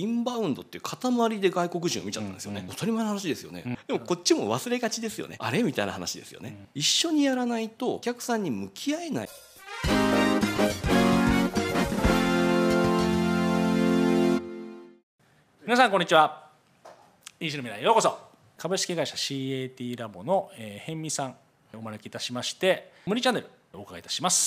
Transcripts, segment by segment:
インバウンドっていう塊で外国人を見ちゃったんですよね。当たり前の話ですよね。でもこっちも忘れがちですよね。あれみたいな話ですよね。一緒にやらないとお客さんに向き合えない。 皆さんこんにちは。医師の未来へようこそ。株式会社 CAT ラボの辺見さんをお招きいたしまして、オムニチャンネルお伺いいたします。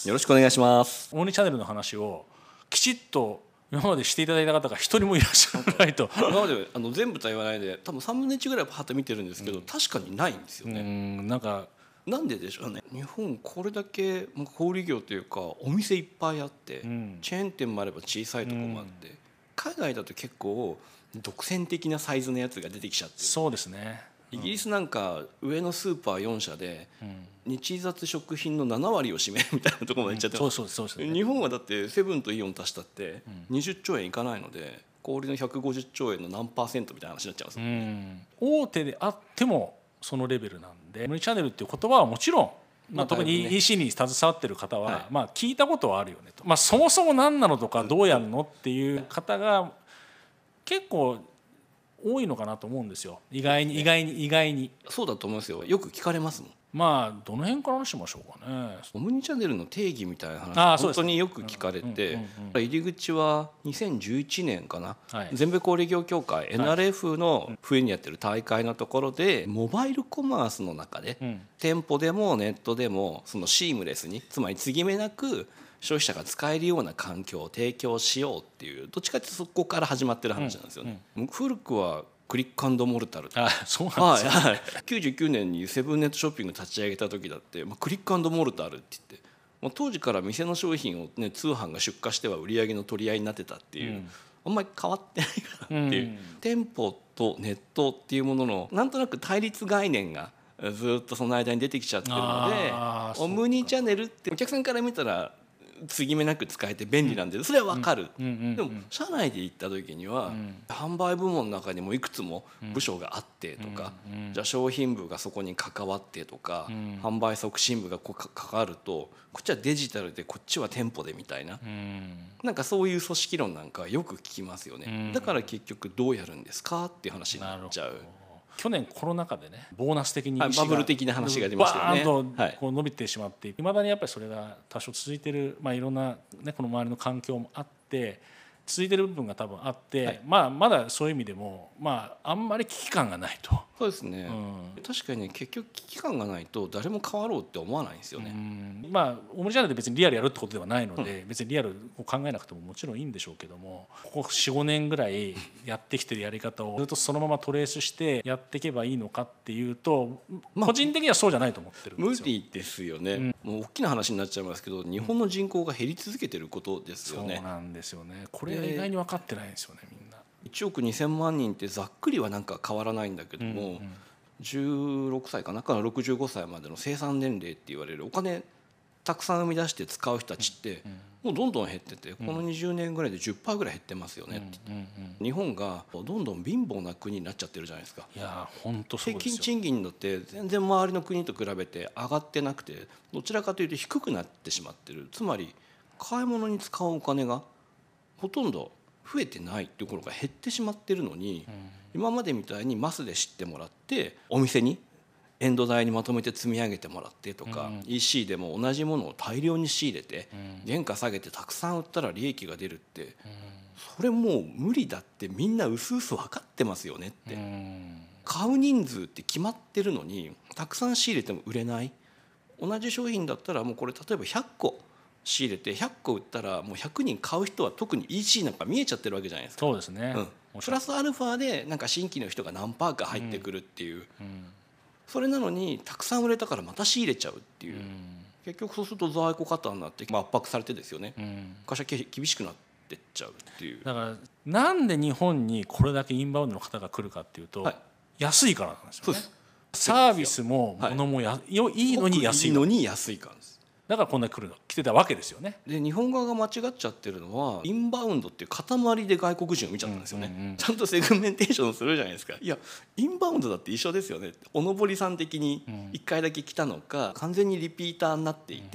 よろしくお願いします。 オムニチャンネルの話をきちっと今までしていただいた方が一人もいらっしゃらないと。 今まで全部とは言わないで多分3分の1ぐらいパッと見てるんですけど、確かにないんですよね。なんででしょうね。日本これだけ小売業というかお店いっぱいあって、チェーン店もあれば小さいところもあって、海外だと結構独占的なサイズのやつが出てきちゃってる。 そうですね。 イギリスなんか上のスーパー4社で日雑食品の7割を占めるみたいなところまでいっちゃってます。日本はだってセブンとイオン足したって20兆円いかないので、小売の150兆円の何パーセントみたいな話になっちゃいます、 大手であってもそのレベルなんで、オムニチャンネルっていう言葉はもちろん、特に EC に携わってる方は、聞いたことはあるよねと、そもそも何なのとかどうやるのっていう方が結構多いのかなと思うんですよ。意外にそうだと思いますよ。よく聞かれますもん。 どの辺から話しましょうかね。 オムニチャンネルの定義みたいな話本当によく聞かれて、入り口は2011年かな、全米小売業協会 NRF の冬にやってる大会のところで、モバイルコマースの中で、店舗でもネットでもそのシームレスに、つまり継ぎ目なく消費者が使えるような環境を提供しようっていう、どっちかっていうとそこから始まってる話なんですよね。古くはクリック&モルタル。 そうなんですね。 99年にセブンネットショッピング立ち上げた時だって、クリック&モルタルって言って、当時から店の商品を、通販が出荷しては売り上げの取り合いになってたっていう、あんまり変わってないかなっていう、店舗とネットっていうもののなんとなく対立概念がずっとその間に出てきちゃってるので、オムニチャンネルってお客さんから見たら継ぎ目なく使えて便利なんで、それは分かる。でも社内で行った時には、販売部門の中にもいくつも部署があってとか、じゃあ商品部がそこに関わってとか、販売促進部が関わると、こっちはデジタルでこっちは店舗でみたいな、なんかそういう組織論なんかよく聞きますよね。だから結局どうやるんですかっていう話になっちゃう。 去年コロナ禍でね、ボーナス的にバブル的な話が出ましたよね。 バーンとこう伸びてしまって、いまだにやっぱりそれが多少続いてる、いろんな、この周りの環境もあって続いてる部分が多分あって、まだそういう意味でも、あんまり危機感がないと。 そうですね、確かにね、結局危機感がないと誰も変わろうって思わないんですよね。 オムニチャンネルで別にリアルやるってことではないので、別にリアルを考えなくてももちろんいいんでしょうけども、ここ 4,5 年ぐらいやってきてるやり方をずっとそのままトレースしてやっていけばいいのかっていうと、個人的にはそうじゃないと思ってるんですよ。 無理ですよね、もう大きな話になっちゃいますけど、日本の人口が減り続けてることですよね。 そうなんですよね。これは意外に分かってないんですよね、みんな。 1億2000万人ってざっくりはなんか変わらないんだけども、16歳かなから65歳までの生産年齢って言われる、お金たくさん生み出して使う人たちってもうどんどん減ってて、この20年ぐらいで 10% ぐらい減ってますよねって言って、日本がどんどん貧乏な国になっちゃってるじゃないですか。 いや本当そうですよ。 平均賃金だって全然周りの国と比べて上がってなくて、どちらかというと低くなってしまってる。つまり買い物に使うお金がほとんど増えてないっていうところが減ってしまってるのに、今までみたいにマスで知ってもらってお店にエンド代にまとめて積み上げてもらってとか、EC でも同じものを大量に仕入れて原価下げてたくさん売ったら利益が出るって、それもう無理だってみんなうすうす分かってますよねって。買う人数って決まってるのにたくさん仕入れても売れない。同じ商品だったらもうこれ例えば100個仕入れて100個売ったらもう100人買う人は特に EC なんか見えちゃってるわけじゃないですか。 そうですね、 プラスアルファでなんか新規の人が何パーか入ってくるっていう、それなのにたくさん売れたからまた仕入れちゃうっていう、結局そうすると在庫過多になって、圧迫されてですよね、会社経営厳しくなってっちゃうっていう。 だからなんで日本にこれだけインバウンドの方が来るかっていうと、安いからなんですよね。サービスも物もいいのに安いからです。だからこんなに来てたわけですよね。 で日本側が間違っちゃってるのは、インバウンドっていう塊で外国人を見ちゃったんですよね。ちゃんとセグメンテーションするじゃないですか。いやインバウンドだって一緒ですよね。おのぼりさん的に1回だけ来たのか、完全にリピーターになっていて、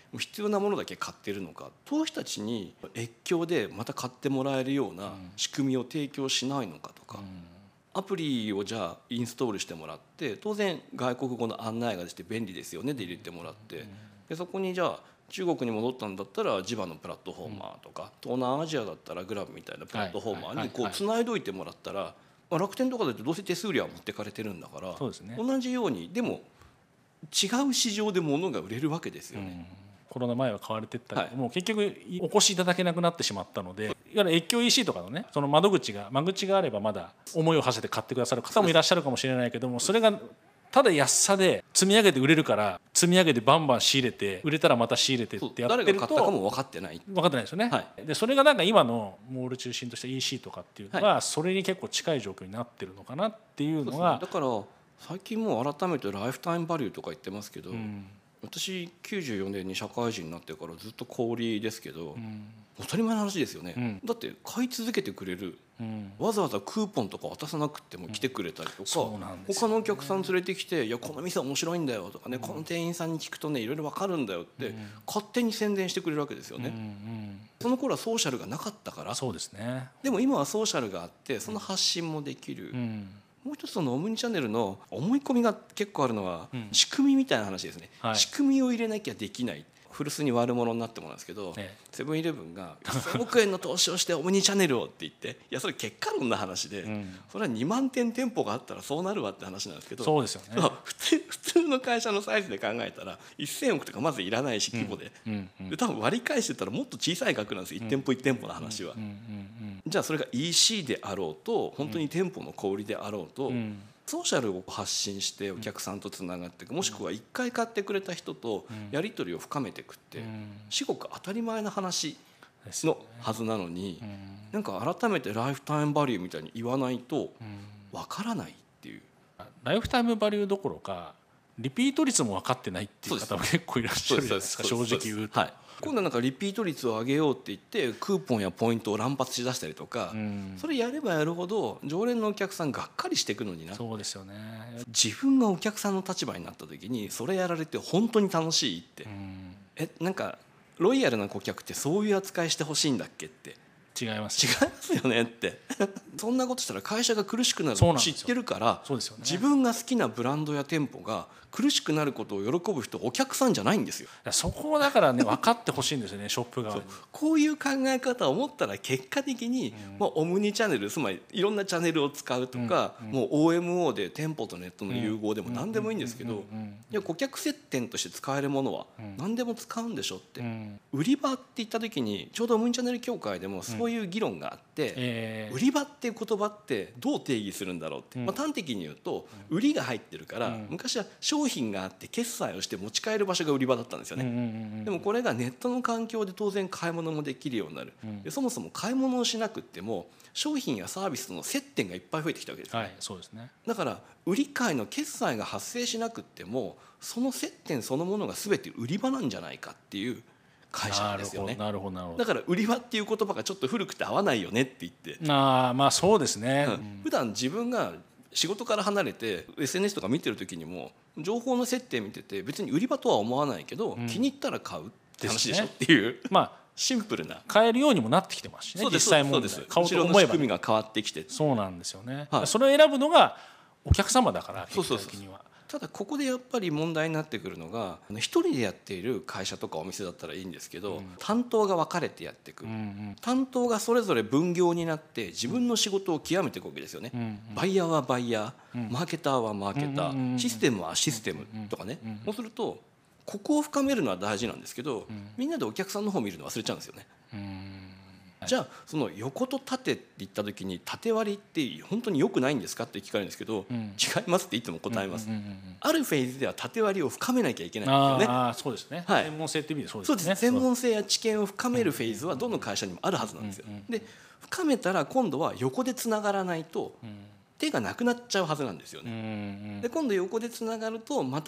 必要なものだけ買ってるのか、投資たちに越境でまた買ってもらえるような仕組みを提供しないのかとか、アプリをじゃあインストールしてもらって、当然外国語の案内が出て便利ですよねで入れてもらって、でそこにじゃあ中国に戻ったんだったら地場のプラットフォーマーとか、東南アジアだったらグラブみたいなプラットフォーマーにこうつないどいてもらったら、楽天とかだとどうせ手数料は持ってかれてるんだから、 そうですね、 同じようにでも違う市場で物が売れるわけですよね。 コロナ前は買われてったけども、結局お越しいただけなくなってしまったので、いわゆる越境 EC とかのね、その間口があればまだ思いを馳せて買ってくださる方もいらっしゃるかもしれないけども、それがただ安さで積み上げて売れるから、積み上げてバンバン仕入れて、売れたらまた仕入れてってやってると、 誰が買ったかも分かってないですよね、でそれがなんか今のモール中心とした EC とかっていうのは、それに結構近い状況になってるのかなっていうのが、 だから最近もう改めてライフタイムバリューとか言ってますけど、私94年に社会人になってからずっと小売りですけど、当たり前の話ですよね、だって買い続けてくれる、わざわざクーポンとか渡さなくても来てくれたりとか、他のお客さん連れてきて「いやこの店面白いんだよ」とかね、この店員さんに聞くとねいろいろ分かるんだよって勝手に宣伝してくれるわけですよね。その頃はソーシャルがなかったから。 そうですね。 でも今はソーシャルがあってその発信もできる。もう一つそのオムニチャンネルの思い込みが結構あるのは仕組みみたいな話ですね、仕組みを入れなきゃできない。古巣に悪者になってもらうんですけど、セブンイレブンが1000億円の投資をしてオムニチャンネルをって言って、いやそれ結果論な話で、それは2万店店舗があったらそうなるわって話なんですけど、 そうですよね、 普通の会社のサイズで考えたら1000億とかまずいらないし規模で、で多分割り返してたらもっと小さい額なんですよ、1店舗1店舗の話は。じゃあそれが EC であろうと本当に店舗の小売であろうと、ソーシャルを発信してお客さんとつながっていく、もしくは1回買ってくれた人とやり取りを深めていくって至極当たり前の話のはずなのに、なんか改めてライフタイムバリューみたいに言わないとわからないっていう。 ライフタイムバリューどころかリピート率も分かってないっていう方も結構いらっしゃるじゃないですか、正直言うと。今度はなんかリピート率を上げようって言ってクーポンやポイントを乱発しだしたりとか、それやればやるほど常連のお客さんがっかりしていくのにな。 そうですよね。 自分がお客さんの立場になった時にそれやられて本当に楽しいって、なんかロイヤルな顧客ってそういう扱いしてほしいんだっけって。 違いますよねってそんなことしたら会社が苦しくなるの知ってるから、自分が好きなブランドや店舗が苦しくなることを喜ぶ人お客さんじゃないんですよ。 そこをだからね分かってほしいんですよねショップ側に。 こういう考え方を持ったら結果的に、オムニチャンネル、つまりいろんなチャンネルを使うとか、もう OMO で店舗とネットの融合でも何でもいいんですけど、いや顧客接点として使えるものは何でも使うんでしょって、売り場って言った時にちょうどオムニチャンネル協会でもそういう議論があって、売り場っていう言葉ってどう定義するんだろうって、端的に言うと売りが入ってるから、昔は商品があって決済をして持ち帰る場所が売り場だったんですよね。でもこれがネットの環境で当然買い物もできるようになる、でそもそも買い物をしなくっても商品やサービスとの接点がいっぱい増えてきたわけですよね。 そうですね。だから売り買いの決済が発生しなくってもその接点そのものが全て売り場なんじゃないかっていう会社なんですよね。 なるほど。 だから売り場っていう言葉がちょっと古くて合わないよねって言って、 まあそうですね、 普段自分が仕事から離れて SNS とか見てる時にも情報の接点見てて別に売り場とは思わないけど、気に入ったら買うって話でしょっていう、シンプルな買えるようにもなってきてますしね。実際問題買おうと思えば仕組みが変わってきて、 そうなんですよね、それを選ぶのがお客様だから結果的には。 ただここでやっぱり問題になってくるのが、一人でやっている会社とかお店だったらいいんですけど、担当が分かれてやっていく、担当がそれぞれ分業になって自分の仕事を極めていくわけですよね。バイヤーはバイヤー、マーケターはマーケター、システムはシステムとかね、そうするとここを深めるのは大事なんですけど、みんなでお客さんの方を見るの忘れちゃうんですよね。じゃあその横と縦って言った時に縦割りって本当に良くないんですかって聞かれるんですけど、違いますっていつも答えます。あるフェーズでは縦割りを深めなきゃいけないんですよね。 そうですね、専門性って意味でそうですね。 専門性や知見を深めるフェーズはどの会社にもあるはずなんですよ。で深めたら今度は横でつながらないと手がなくなっちゃうはずなんですよね。で今度横でつながるとまた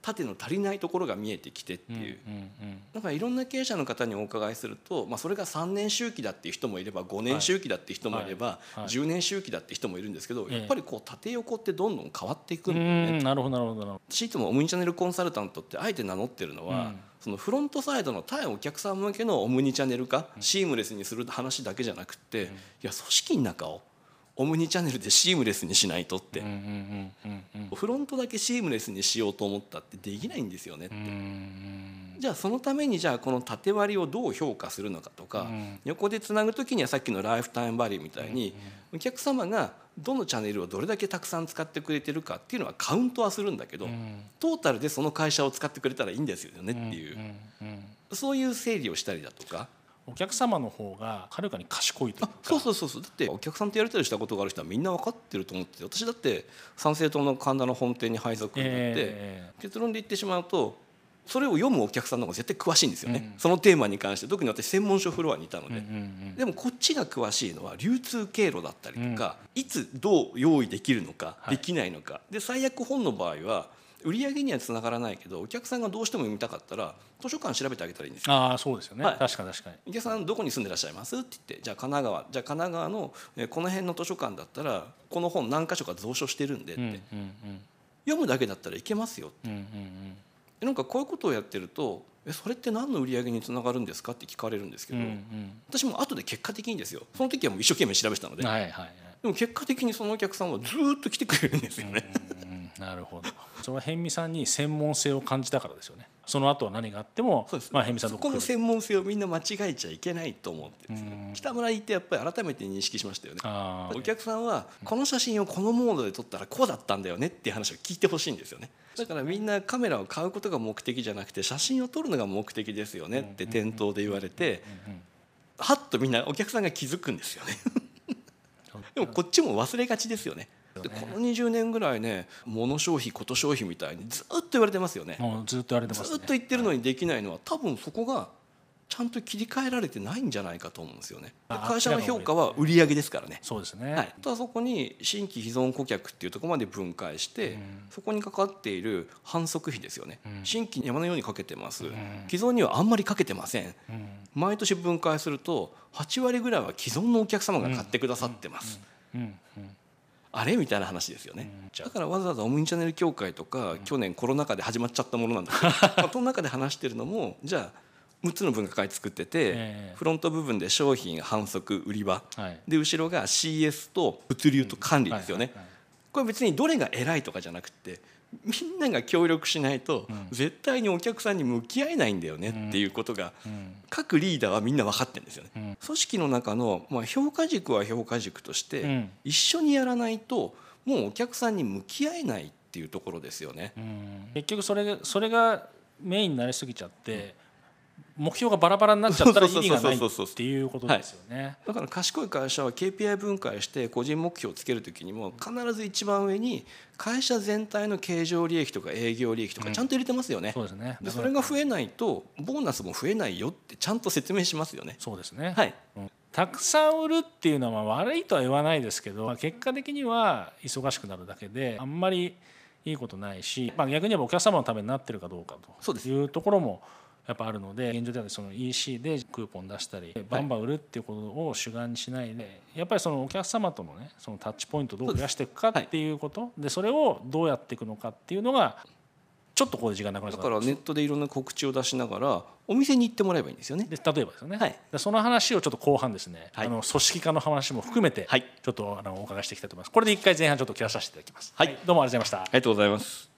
縦の足りないところが見えてきてっていう、だからいろんな経営者の方にお伺いすると、それが3年周期だっていう人もいれば5年周期だっていう人もいれば10年周期だっていう人もいるんですけど、やっぱりこう縦横ってどんどん変わっていくんだよね。 なるほどなるほど。 私いつもオムニチャンネルコンサルタントってあえて名乗ってるのは、そのフロントサイドの対お客さん向けのオムニチャンネル化、シームレスにする話だけじゃなくて、いや組織の中をオムニチャンネルでシームレスにしないとって、フロントだけシームレスにしようと思ったってできないんですよねって。じゃあそのためにじゃあこの縦割りをどう評価するのかとか、横でつなぐ時にはさっきのライフタイムバリューみたいに、お客様がどのチャンネルをどれだけたくさん使ってくれてるかっていうのはカウントはするんだけど、トータルでその会社を使ってくれたらいいんですよねっていう、そういう整理をしたりだとか。 お客様の方がはるかに賢いというか。 そうだってお客さんとやり取りしたことがある人はみんな分かってると思ってて、私だって参政党の神田の本店に配属になって、結論で言ってしまうとそれを読むお客さんの方が絶対詳しいんですよね、そのテーマに関して。特に私専門書フロアにいたので、でもこっちが詳しいのは流通経路だったりとか、いつどう用意できるのか、できないのかで、最悪本の場合は売上にはつながらないけどお客さんがどうしても読みたかったら図書館調べてあげたらいいんですよ。 そうですよね、確かに。 お客さんどこに住んでらっしゃいますって言って、じゃあ神奈川のこの辺の図書館だったらこの本何箇所か蔵書してるんでって、読むだけだったらいけますよって、なんかこういうことをやってるとそれって何の売り上げにつながるんですかって聞かれるんですけど、私も後で結果的にですよ、その時はもう一生懸命調べてたので、でも結果的にそのお客さんはずっと来てくれるんですよね。 なるほど。それは辺見さんに専門性を感じたからですよね。その後は何があっても、辺見さんのそこの専門性をみんな間違えちゃいけないと思ってですね、北村に行ってやっぱり改めて認識しましたよね。お客さんはこの写真をこのモードで撮ったらこうだったんだよねっていう話を聞いてほしいんですよね。だからみんなカメラを買うことが目的じゃなくて写真を撮るのが目的ですよねって店頭で言われて、はっとみんなお客さんが気づくんですよね。でもこっちも忘れがちですよね。でこの20年ぐらいね、物消費こと消費みたいにずっと言われてますよね。 ずっと言われてますね。 ずっと言ってるのにできないのは、多分そこがちゃんと切り替えられてないんじゃないかと思うんですよね。会社の評価は売上ですからね。 そうですね。 あとはそこに新規既存顧客っていうところまで分解して、そこにかかっている販促費ですよね。新規に山のようにかけてます、既存にはあんまりかけてません。毎年分解すると8割ぐらいは既存のお客様が買ってくださってます。あれみたいな話ですよね。だからわざわざオムニチャンネル協会とか、去年コロナ禍で始まっちゃったものなんだけど、その中で話してるのも、じゃあ6つの分科会作ってて、フロント部分で商品販促売り場、で後ろが CS と物流と管理ですよね。これ別にどれが偉いとかじゃなくて、みんなが協力しないと絶対にお客さんに向き合えないんだよねっていうことが各リーダーはみんな分かってるんですよね。組織の中の評価軸は評価軸として一緒にやらないともうお客さんに向き合えないっていうところですよね。 結局それがメインになりすぎちゃって目標がバラバラになっちゃったら意味がないっていうことですよね。 だから賢い会社は KPI 分解して個人目標をつけるときにも必ず一番上に会社全体の経常利益とか営業利益とかちゃんと入れてますよね。 そうですね。 でそれが増えないとボーナスも増えないよってちゃんと説明しますよね。 そうですね。 はい。 たくさん売るっていうのは悪いとは言わないですけど、結果的には忙しくなるだけであんまりいいことないし、逆に言えばお客様のためになってるかどうかというところもやっぱあるので、現状ではその EC でクーポン出したりバンバン売るっていうことを主眼にしないで、やっぱりそのお客様とのねそのタッチポイントをどう増やしていくかっていうことで、それをどうやっていくのかっていうのがちょっとここで時間なくなっちゃう。 だからネットでいろんな告知を出しながらお店に行ってもらえばいいんですよね。 で例えばですよね、その話をちょっと後半ですね、組織化の話も含めてちょっとお伺いしていきたいと思います。これで一回前半ちょっと切らさせていただきます。どうもありがとうございました。 ありがとうございます。